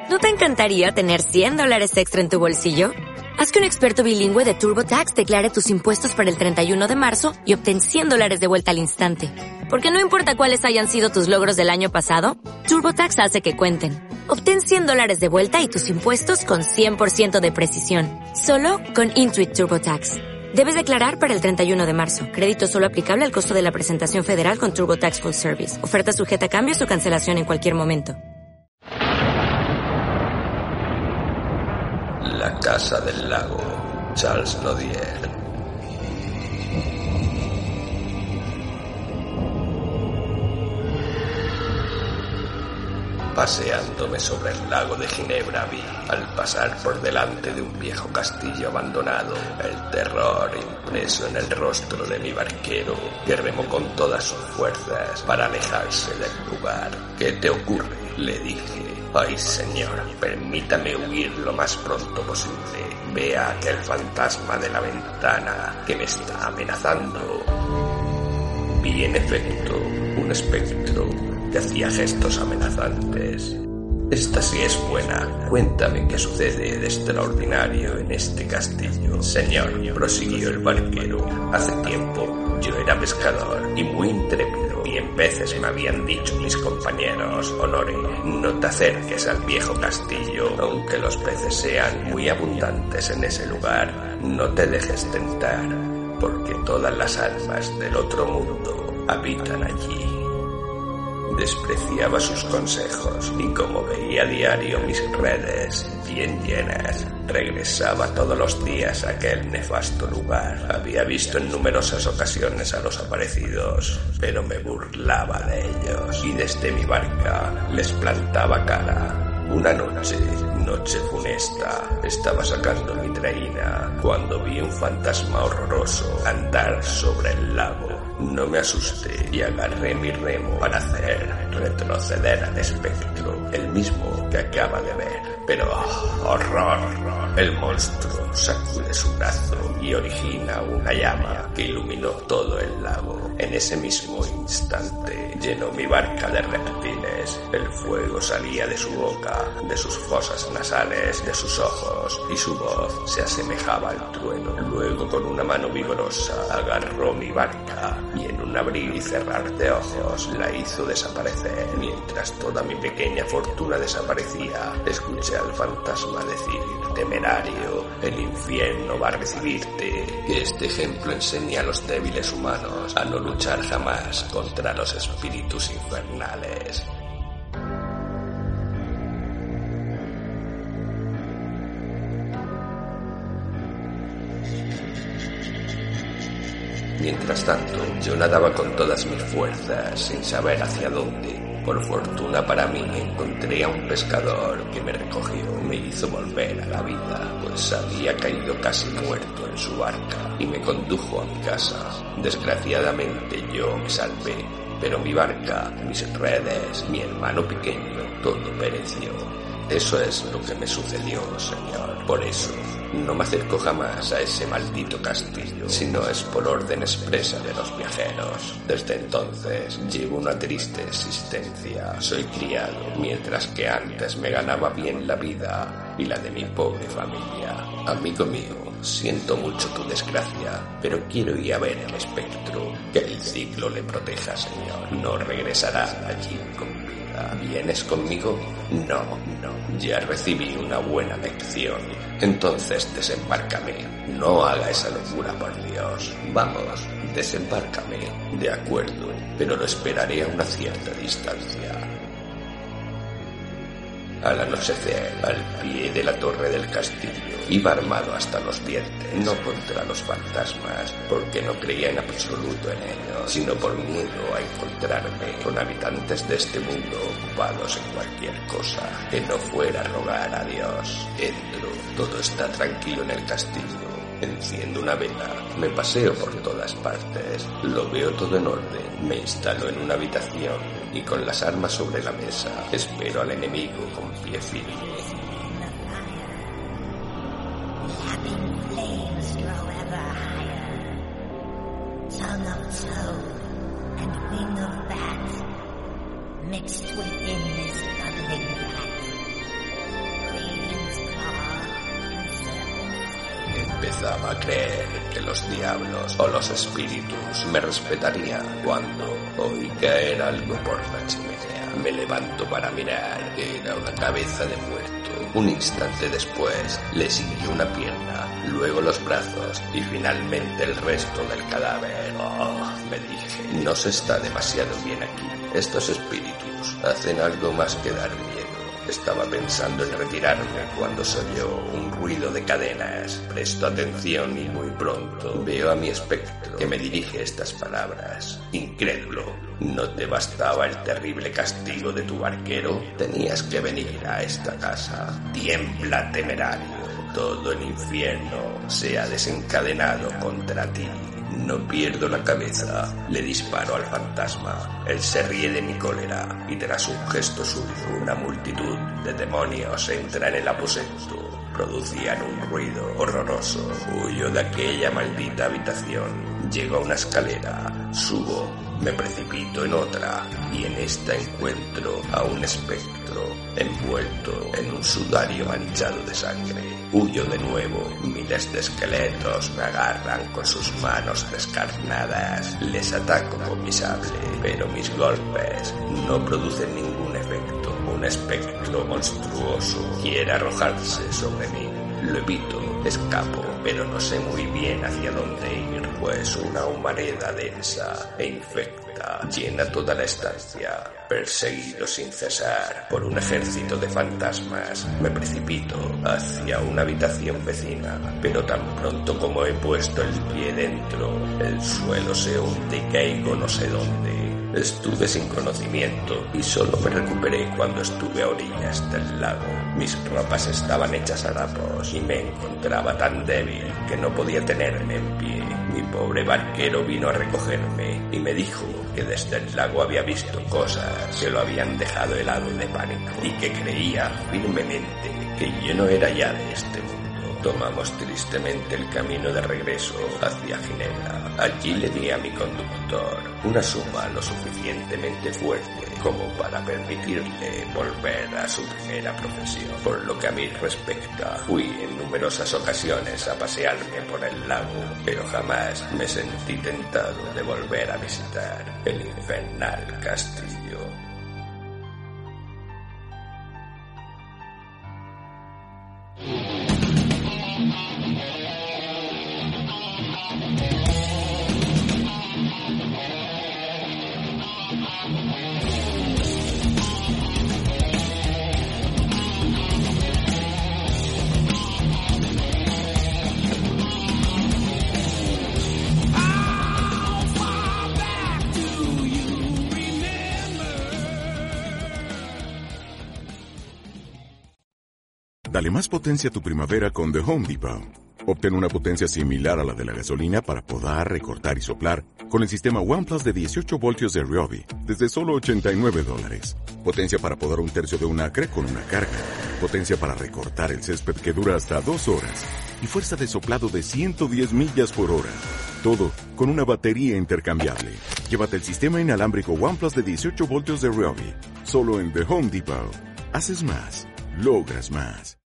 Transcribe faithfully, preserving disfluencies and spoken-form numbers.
¿No te encantaría tener cien dólares extra en tu bolsillo? Haz que un experto bilingüe de TurboTax declare tus impuestos para el treinta y uno de marzo y obtén cien dólares de vuelta al instante. Porque no importa cuáles hayan sido tus logros del año pasado, TurboTax hace que cuenten. Obtén cien dólares de vuelta y tus impuestos con cien por ciento de precisión. Solo con Intuit TurboTax. Debes declarar para el treinta y uno de marzo. Crédito solo aplicable al costo de la presentación federal con TurboTax Full Service. Oferta sujeta a cambios o cancelación en cualquier momento. La Casa del Lago, Charles Nodier. Paseándome sobre el lago de Ginebra vi, al pasar por delante de un viejo castillo abandonado, el terror impreso en el rostro de mi barquero, que remó con todas sus fuerzas para alejarse del lugar. ¿Qué te ocurre?, le dije. Ay, señor, permítame huir lo más pronto posible. Vea aquel fantasma de la ventana que me está amenazando. Vi en efecto un espectro que hacía gestos amenazantes. Esta sí es buena. Cuéntame qué sucede de extraordinario en este castillo. Señor, prosiguió el barquero, hace tiempo yo era pescador y muy intrépido, y en veces me habían dicho mis compañeros: Honore, no te acerques al viejo castillo, aunque los peces sean muy abundantes en ese lugar. No te dejes tentar, porque todas las almas del otro mundo habitan allí. Despreciaba sus consejos y, como veía a diario mis redes bien llenas, regresaba todos los días a aquel nefasto lugar. Había visto en numerosas ocasiones a los aparecidos, pero me burlaba de ellos y desde mi barca les plantaba cara. Una noche, noche funesta, estaba sacando mi traína cuando vi un fantasma horroroso andar sobre el lago. No me asusté y agarré mi remo para hacer retroceder al espectro, el mismo que acaba de ver. Pero, oh, horror, el monstruo sacude su brazo y origina una llama que iluminó todo el lago. En ese mismo instante llenó mi barca de reptiles. El fuego salía de su boca, de sus fosas nasales, de sus ojos, y su voz se asemejaba al trueno. Luego, con una mano vigorosa, agarró mi barca y en un abrir y cerrar de ojos la hizo desaparecer. Mientras toda mi pequeña fortuna desaparecía, escuché al fantasma decir: temerario, el infierno va a recibirte. Que este ejemplo enseñe a los débiles humanos a no luchar jamás contra los espíritus infernales. Mientras tanto, yo nadaba con todas mis fuerzas sin saber hacia dónde. Por fortuna para mí encontré a un pescador que me recogió, me hizo volver a la vida, pues había caído casi muerto en su barca, y me condujo a mi casa. Desgraciadamente yo me salvé, pero mi barca, mis redes, mi hermano pequeño, todo pereció. Eso es lo que me sucedió, señor. Por eso no me acerco jamás a ese maldito castillo, si no es por orden expresa de los viajeros. Desde entonces llevo una triste existencia. Soy criado, mientras que antes me ganaba bien la vida y la de mi pobre familia. Amigo mío, siento mucho tu desgracia, pero quiero ir a ver el espectro. Que el ciclo le proteja, señor. No regresará allí con vida. ¿Vienes conmigo? No, no. Ya recibí una buena lección. Entonces desembárcame. No haga esa locura, por Dios. Vamos, desembárcame. De acuerdo, pero lo esperaré a una cierta distancia. Al anochecer, al pie de la torre del castillo, iba armado hasta los dientes, no contra los fantasmas, porque no creía en absoluto en ellos, sino por miedo a encontrarme con habitantes de este mundo ocupados en cualquier cosa que no fuera rogar a Dios. Entro, todo está tranquilo en el castillo. Enciendo una vela, me paseo por todas partes, lo veo todo en orden, me instalo en una habitación y con las armas sobre la mesa espero al enemigo con pie firme. Empezaba a creer que los diablos o los espíritus me respetarían cuando oí caer algo por la chimenea. Me levanto para mirar. Era una cabeza de muerto. Un instante después le siguió una pierna, luego los brazos y finalmente el resto del cadáver. Oh, me dije, no se está demasiado bien aquí. Estos espíritus hacen algo más que dar miedo. Estaba pensando en retirarme cuando se oyó un ruido de cadenas. Presto atención y muy pronto veo a mi espectro que me dirige estas palabras. Incrédulo, ¿no te bastaba el terrible castigo de tu barquero? Tenías que venir a esta casa. Tiembla, temerario. Todo el infierno se ha desencadenado contra ti. No pierdo la cabeza. Le disparo al fantasma. Él se ríe de mi cólera y tras un gesto suyo, una multitud de demonios entra en el aposento. Producían un ruido horroroso. Huyo de aquella maldita habitación. Llego a una escalera. Subo. Me precipito en otra y en esta encuentro a un espectro envuelto en un sudario manchado de sangre. Huyo de nuevo. Miles de esqueletos me agarran con sus manos descarnadas. Les ataco con mi sable, pero mis golpes no producen ningún efecto. Un espectro monstruoso quiere arrojarse sobre mí. Lo evito, escapo, pero no sé muy bien hacia dónde ir, pues una humareda densa e infecta llena toda la estancia. Perseguido sin cesar por un ejército de fantasmas, me precipito hacia una habitación vecina, pero tan pronto como he puesto el pie dentro, el suelo se hunde y caigo no sé dónde. Estuve sin conocimiento y solo me recuperé cuando estuve a orillas del lago. Mis ropas estaban hechas harapos y me encontraba tan débil que no podía tenerme en pie. Mi pobre barquero vino a recogerme y me dijo que desde el lago había visto cosas que lo habían dejado helado de pánico y que creía firmemente que yo no era ya de este mundo. Tomamos tristemente el camino de regreso hacia Ginebra. Allí le di a mi conductor una suma lo suficientemente fuerte como para permitirle volver a su primera profesión. Por lo que a mí respecta, fui en numerosas ocasiones a pasearme por el lago, pero jamás me sentí tentado de volver a visitar el infernal castillo. Dale más potencia a tu primavera con The Home Depot. Obtén una potencia similar a la de la gasolina para podar, recortar y soplar con el sistema OnePlus de dieciocho voltios de Ryobi desde solo ochenta y nueve dólares. Potencia para podar un tercio de un acre con una carga. Potencia para recortar el césped que dura hasta dos horas. Y fuerza de soplado de ciento diez millas por hora. Todo con una batería intercambiable. Llévate el sistema inalámbrico OnePlus de dieciocho voltios de Ryobi. Solo en The Home Depot. Haces más. Logras más.